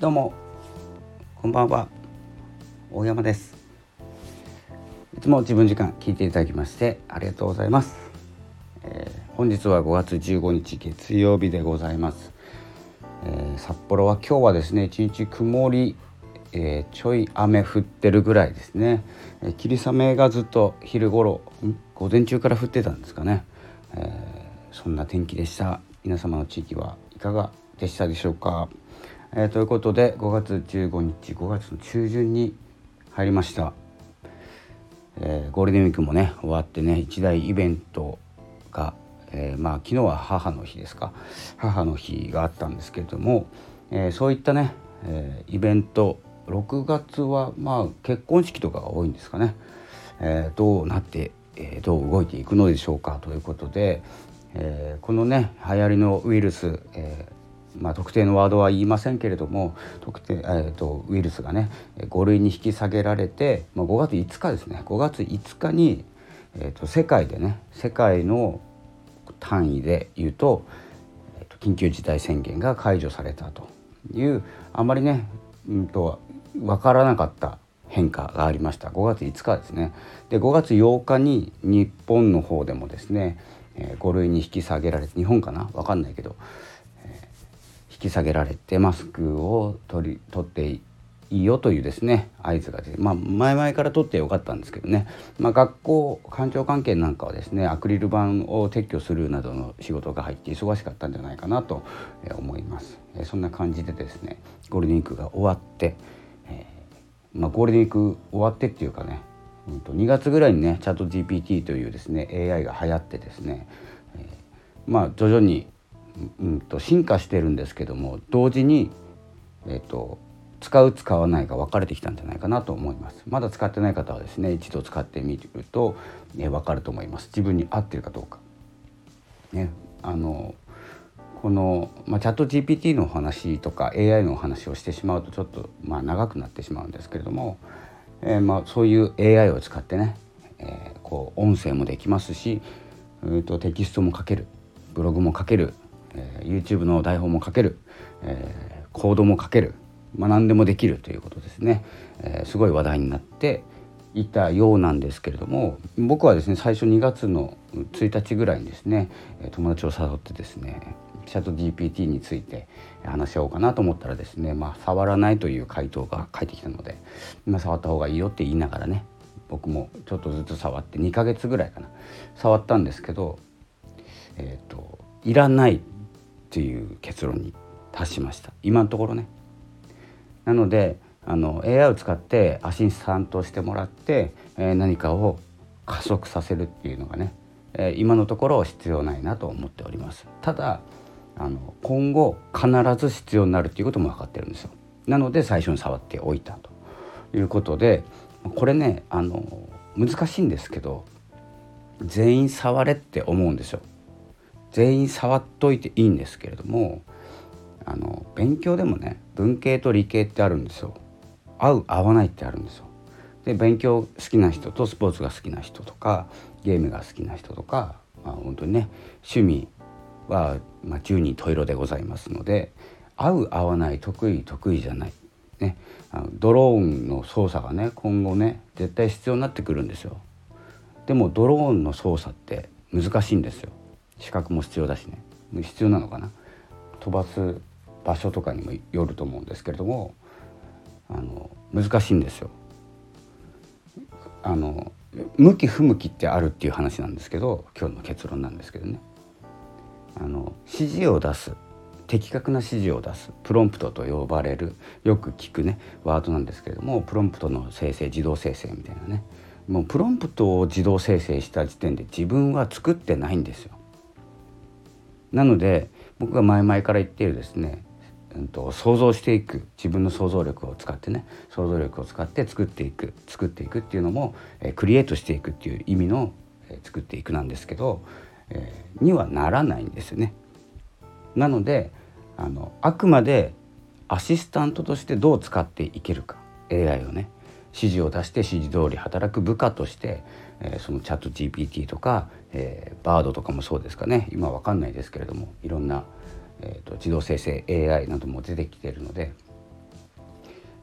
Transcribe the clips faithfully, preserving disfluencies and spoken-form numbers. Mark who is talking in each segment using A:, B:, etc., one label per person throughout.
A: どうもこんばんは、大山です。いつも自分時間聞いていただきましてありがとうございます。えー、本日はごがつじゅうごにち月曜日でございます。えー、札幌は今日はですね一日曇り、えー、ちょい雨降ってるぐらいですね。えー、霧雨がずっと昼頃ん午前中から降ってたんですかね。えー、そんな天気でした。皆様の地域はいかがでしたでしょうか。えー、ということでごがつじゅうごにちごがつの中旬に入りました。えー、ゴールデンウィークもね終わってね一大イベントが、えー、まあ昨日は母の日ですか母の日があったんですけれども、えー、そういったね、えー、イベントろくがつはまあ結婚式とかが多いんですかね。えー、どうなって、えー、どう動いていくのでしょうかということで、えー、このね流行りのウイルス、えーまあ、特定のワードは言いませんけれども特定、えー、とウイルスがねご類に引き下げられて、まあ、ごがついつかですねごがついつかに、えー、と世界でね世界の単位で言うと、えー、と緊急事態宣言が解除されたというあまりね、うんと分からなかった変化がありました。ごがついつかですね。でごがつようかに日本の方でもですね、えー、ご類に引き下げられて日本かな分かんないけど引き下げられてマスクを取り取っていいよというですね合図が出て、まあ、前々から取ってよかったんですけどね、まあ、学校官庁関係なんかはですねアクリル板を撤去するなどの仕事が入って忙しかったんじゃないかなと思います。そんな感じでですねゴールデンウィークが終わって、えーまあ、ゴールデンウィーク終わってっていうかねにがつぐらいにねチャット ジーピーティー というですね エーアイ が流行ってですね、えー、まあ徐々にうんと進化してるんですけども同時に、えー、と使う使わないが分かれてきたんじゃないかなと思います。まだ使ってない方はですね一度使ってみると、ね、分かると思います。自分に合ってるかどうか、ね、あのこの、まあ、チャット ジーピーティー のお話とか エーアイ のお話をしてしまうとちょっと、まあ、長くなってしまうんですけれども、えーまあ、そういう エーアイ を使ってね、えー、こう音声もできますし、えー、とテキストも書けるブログも書けるえー、YouTube の台本も書ける、えー、コードも書ける、まあ、何でもできるということですね、えー、すごい話題になっていたようなんですけれども僕はですね最初にがつのついたちぐらいにですね友達を誘ってですねチャット ジーピーティー について話し合おうかなと思ったらですね、まあ、触らないという回答が返ってきたので今触った方がいいよって言いながらね僕もちょっとずつ触ってにかげつぐらいかな触ったんですけど、えーと、いらないという結論に達しました今のところね。なのであの エーアイ を使ってアシスタントをしてもらって、えー、何かを加速させるっていうのがね、えー、今のところ必要ないなと思っております。ただあの今後必ず必要になるっていうことも分かってるんですよ。なので最初に触っておいたということでこれねあの難しいんですけど全員触れって思うんですよ。全員触っといていいんですけれどもあの勉強でもね文系と理系ってあるんですよ。合う合わないってあるんですよ。で勉強好きな人とスポーツが好きな人とかゲームが好きな人とか、まあ、本当にね趣味は、まあ、十人十色でございますので合う合わない得意得意じゃない、ね、あのドローンの操作がね今後ね絶対必要になってくるんですよ。でもドローンの操作って難しいんですよ。資格も必要だしね必要なのかな飛ばす場所とかにもよると思うんですけれどもあの難しいんですよ。あの向き不向きってあるっていう話なんですけど今日の結論なんですけどねあの指示を出す的確な指示を出すプロンプトと呼ばれるよく聞くねワードなんですけれどもプロンプトの生成自動生成みたいなねもうプロンプトを自動生成した時点で自分は作ってないんですよ。なので僕が前々から言っているですね、うんと、想像していく自分の想像力を使ってね想像力を使って作っていく作っていくっていうのも、えー、クリエイトしていくっていう意味の、えー、作っていくなんですけど、えー、にはならないんですよね。なのであのあくまでアシスタントとしてどう使っていけるか エーアイ をね指示を出して指示通り働く部下として、えー、そのチャット ジーピーティー とか、えー、バードとかもそうですかね今わかんないですけれどもいろんな、えーと、自動生成 エーアイ なども出てきているので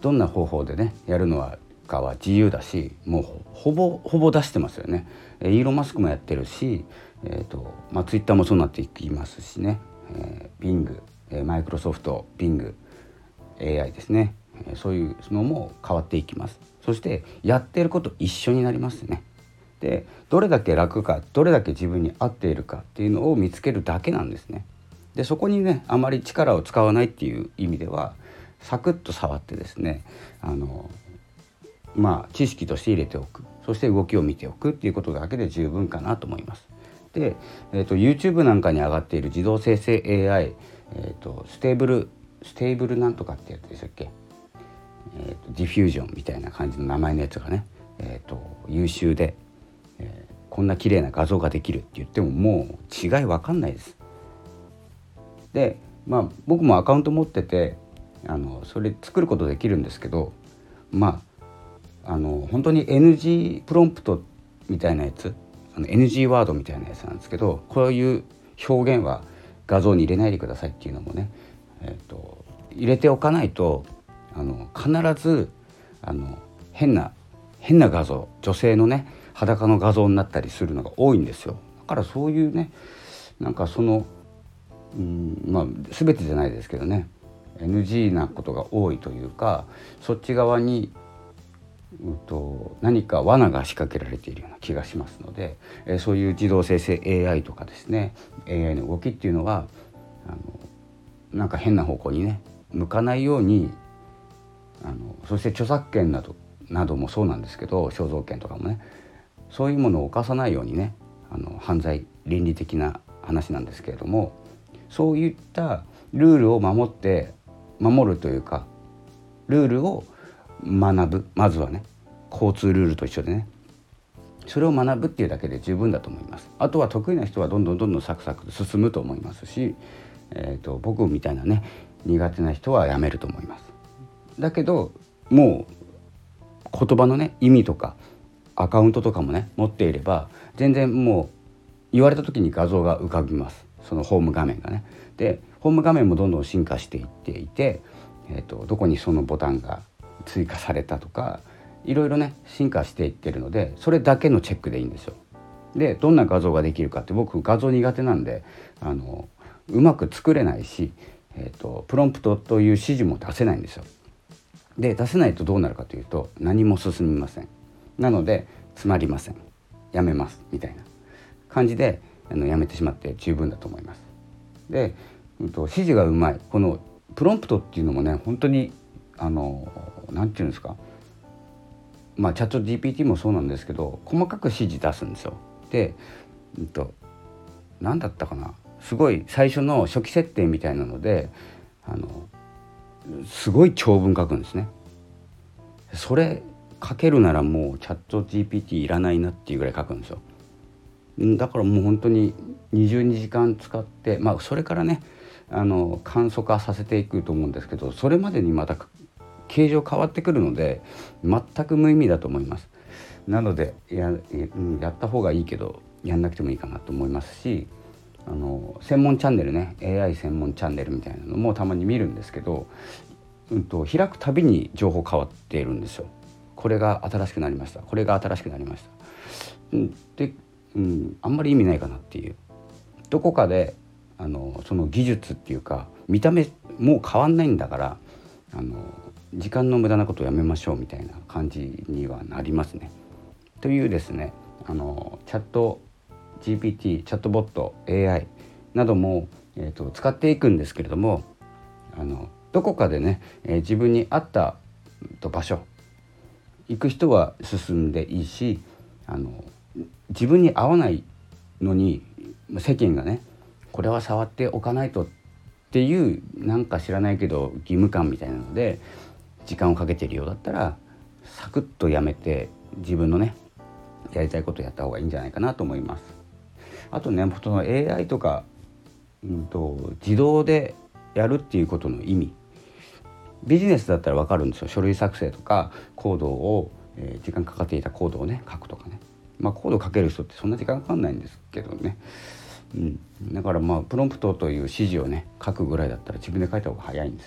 A: どんな方法でねやるのはかは自由だし、もうほぼほぼ出してますよね。イーロン・マスクもやってるし、えーとまあ、ツイッターもそうなっていきますしね、えー、Bing、えー、マイクロソフト Bing エーアイ ですね、えー、そういうのも変わっていきます。そしてやっていること一緒になりますね。でどれだけ楽か、どれだけ自分に合っているかっていうのを見つけるだけなんですね。でそこにねあまり力を使わないっていう意味では、サクッと触ってですね、あのまあ知識として入れておく、そして動きを見ておくっていうことだけで十分かなと思います。で、えーと、YouTube なんかに上がっている自動生成 エーアイ、えーと、ステーブルステーブルなんとかってやつでしたっけ、えーと、ディフュージョンみたいな感じの名前のやつがね、えーと、優秀で、えー、こんな綺麗な画像ができるって言ってももう違い分かんないです。で、まあ僕もアカウント持ってて、あのそれ作ることできるんですけど、まああの本当に エヌジー プロンプトみたいなやつ、あの エヌジー ワードみたいなやつなんですけど、こういう表現は画像に入れないでくださいっていうのもね、えーと、入れておかないと、あの必ずあの変な変な画像、女性のね裸の画像になったりするのが多いんですよ。だからそういうね、なんかその、うん、まあ全てじゃないですけどね、エヌジー なことが多いというか、そっち側に、うんと、何か罠が仕掛けられているような気がしますので、えー、そういう自動生成 エーアイ とかですね、 エーアイ の動きっていうのはあのなんか変な方向にね向かないように、あのそして著作権などなどもそうなんですけど、肖像権とかもね、そういうものを犯さないようにね、あの犯罪倫理的な話なんですけれども、そういったルールを守って守るというか、ルールを学ぶ、まずはね交通ルールと一緒でね、それを学ぶっていうだけで十分だと思います。あとは得意な人はどんどんどんどんサクサク進むと思いますし、えーと、僕みたいなね苦手な人はやめると思います。だけどもう言葉のね意味とかアカウントとかもね持っていれば、全然もう言われた時に画像が浮かびます。そのホーム画面がね。でホーム画面もどんどん進化していっていて、えーと、どこにそのボタンが追加されたとか、いろいろね進化していってるので、それだけのチェックでいいんですよ。でどんな画像ができるかって、僕画像苦手なんで、あのうまく作れないし、えーと、プロンプトという指示も出せないんですよ。で出せないとどうなるかというと、何も進みません。なのでつまりません、やめますみたいな感じであのやめてしまって十分だと思います。で、うんと、指示がうまい、このプロンプトっていうのもね、本当にあのなんていうんですか、まあチャット ジーピーティー もそうなんですけど、細かく指示出すんですよ。で、うんと、何だったかな、すごい最初の初期設定みたいなので、あのすごい長文書くんですね。それ書けるならもうチャット ジーピーティー いらないなっていうぐらい書くんですよ。だからもう本当ににじゅうにじかん使って、まあそれからねあの簡素化させていくと思うんですけど、それまでにまた形状変わってくるので全く無意味だと思います。なので や, やった方がいいけどやんなくてもいいかなと思いますし、あの専門チャンネルね エーアイ 専門チャンネルみたいなのもたまに見るんですけど、うんと、開くたびに情報変わっているんですよ。これが新しくなりました、これが新しくなりました、うん、で、うん、あんまり意味ないかなっていう、どこかであのその技術っていうか見た目もう変わんないんだから、あの時間の無駄なことをやめましょうみたいな感じにはなりますね。というですね、あのチャット ジーピーティー、チャットボット エーアイ なども、えーと、使っていくんですけれども、あのどこかでね、えー、自分に合った場所行く人は進んでいいし、あの自分に合わないのに世間がねこれは触っておかないとっていうなんか知らないけど義務感みたいなので時間をかけているようだったら、サクッとやめて自分のねやりたいことをやった方がいいんじゃないかなと思います。あとね、その エーアイ とか、うんと、自動でやるっていうことの意味、ビジネスだったら分かるんですよ。書類作成とかコードを、えー、時間かかっていたコードをね書くとかね、まあコードを書ける人ってそんな時間かかんないんですけどね、うん、だからまあプロンプトという指示をね書くぐらいだったら自分で書いた方が早いんですよ。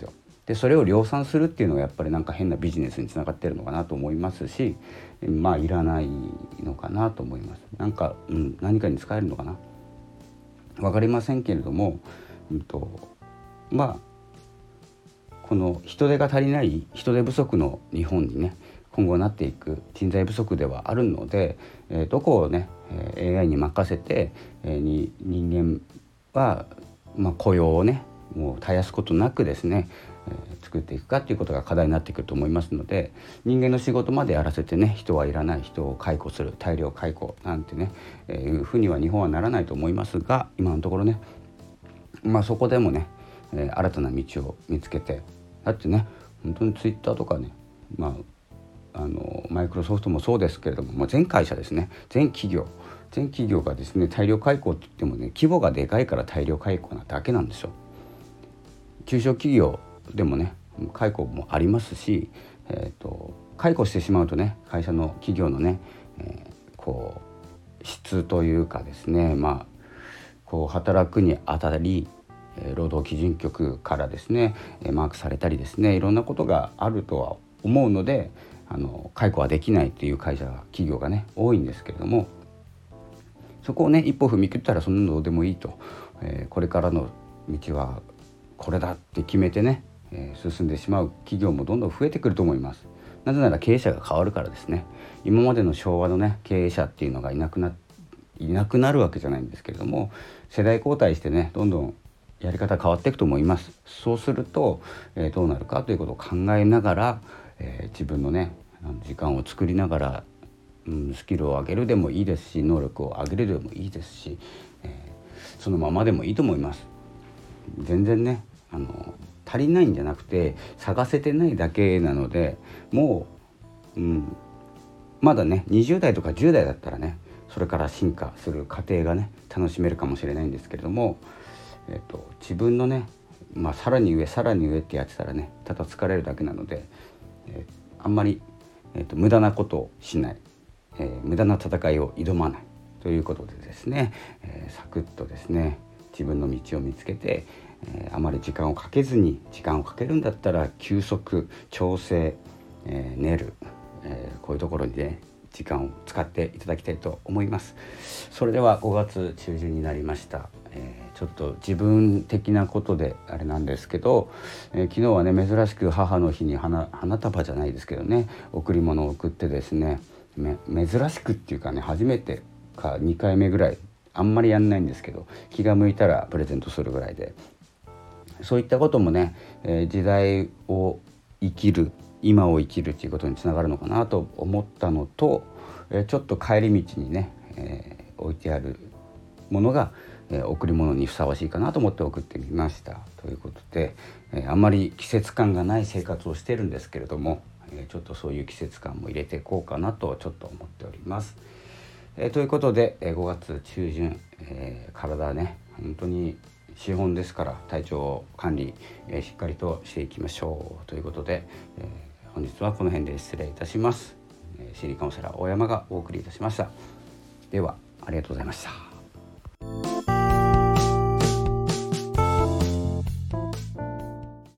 A: でそれを量産するっていうのがやっぱりなんか変なビジネスにつながってるのかなと思いますし、まあいらないのかなと思います。なんか、うん、何かに使えるのかな、わかりませんけれども、うんと、まあこの人手が足りない人手不足の日本にね今後なっていく人材不足ではあるので、えー、どこをね エーアイ に任せて、えー、に人間は、まあ、雇用をねもう絶やすことなくですね、えー、作っていくかということが課題になってくると思いますので、人間の仕事までやらせてね人はいらない、人を解雇する、大量解雇なんてね、えー、いうふうには日本はならないと思いますが、今のところね、まあそこでもね、えー、新たな道を見つけて、だってね本当にツイッターとかね、まああのマイクロソフトもそうですけれども、まあ、全会社ですね、全企業全企業がですね大量解雇って言ってもね規模がでかいから大量解雇なだけなんですよ。中小企業でもね解雇もありますし、えーと、解雇してしまうとね会社の企業のね、えー、こう質というかですね、まあこう働くにあたり労働基準局からですねマークされたりですね、いろんなことがあるとは思うので、あの解雇はできないという会社企業がね多いんですけれども、そこをね一歩踏み切ったらそんなのどうでもいいと、えー、これからの道はこれだって決めてね、えー、進んでしまう企業もどんどん増えてくると思います。なぜなら経営者が変わるからですね。今までの昭和のね経営者っていうのがいなくないなくなるわけじゃないんですけれども、世代交代してねどんどんやり方変わっていくと思います。そうすると、えー、どうなるかということを考えながら、えー、自分のね時間を作りながら、うん、スキルを上げるでもいいですし、能力を上げるでもいいですし、えー、そのままでもいいと思います。全然ねあの足りないんじゃなくて探せてないだけなので、もう、うん、まだねにじゅう代とかじゅう代だったらねそれから進化する過程がね楽しめるかもしれないんですけれども、えーと、自分のね、まあ、さらに上さらに上ってやってたらねただ疲れるだけなので、えー、あんまり、えーと、無駄なことをしない、えー、無駄な戦いを挑まないということでですね、えー、サクッとですね自分の道を見つけて、えー、あまり時間をかけずに、時間をかけるんだったら休息、調整、えー、寝る、えー、こういうところにね時間を使っていただきたいと思います。それではごがつ中旬になりました。えー、ちょっと自分的なことであれなんですけど、えー、昨日はね珍しく母の日に 花, 花束じゃないですけどね贈り物を送ってですね、珍しくっていうかね初めてかにかいめぐらい、あんまりやんないんですけど気が向いたらプレゼントするぐらいで、そういったこともね、えー、時代を生きる、今を生きるっていうことにつながるのかなと思ったのと、えー、ちょっと帰り道にね、えー、置いてあるものが、えー、贈り物にふさわしいかなと思って送ってみましたということで、えー、あんまり季節感がない生活をしてるんですけれども、えー、ちょっとそういう季節感も入れていこうかなとちょっと思っております。えー、ということで、えー、ごがつ中旬、えー、体ね本当に資本ですから体調管理、えー、しっかりとしていきましょうということで、えー、本日はこの辺で失礼いたします。えー、心理カウンセラー大山がお送りいたしました。ではありがとうございました。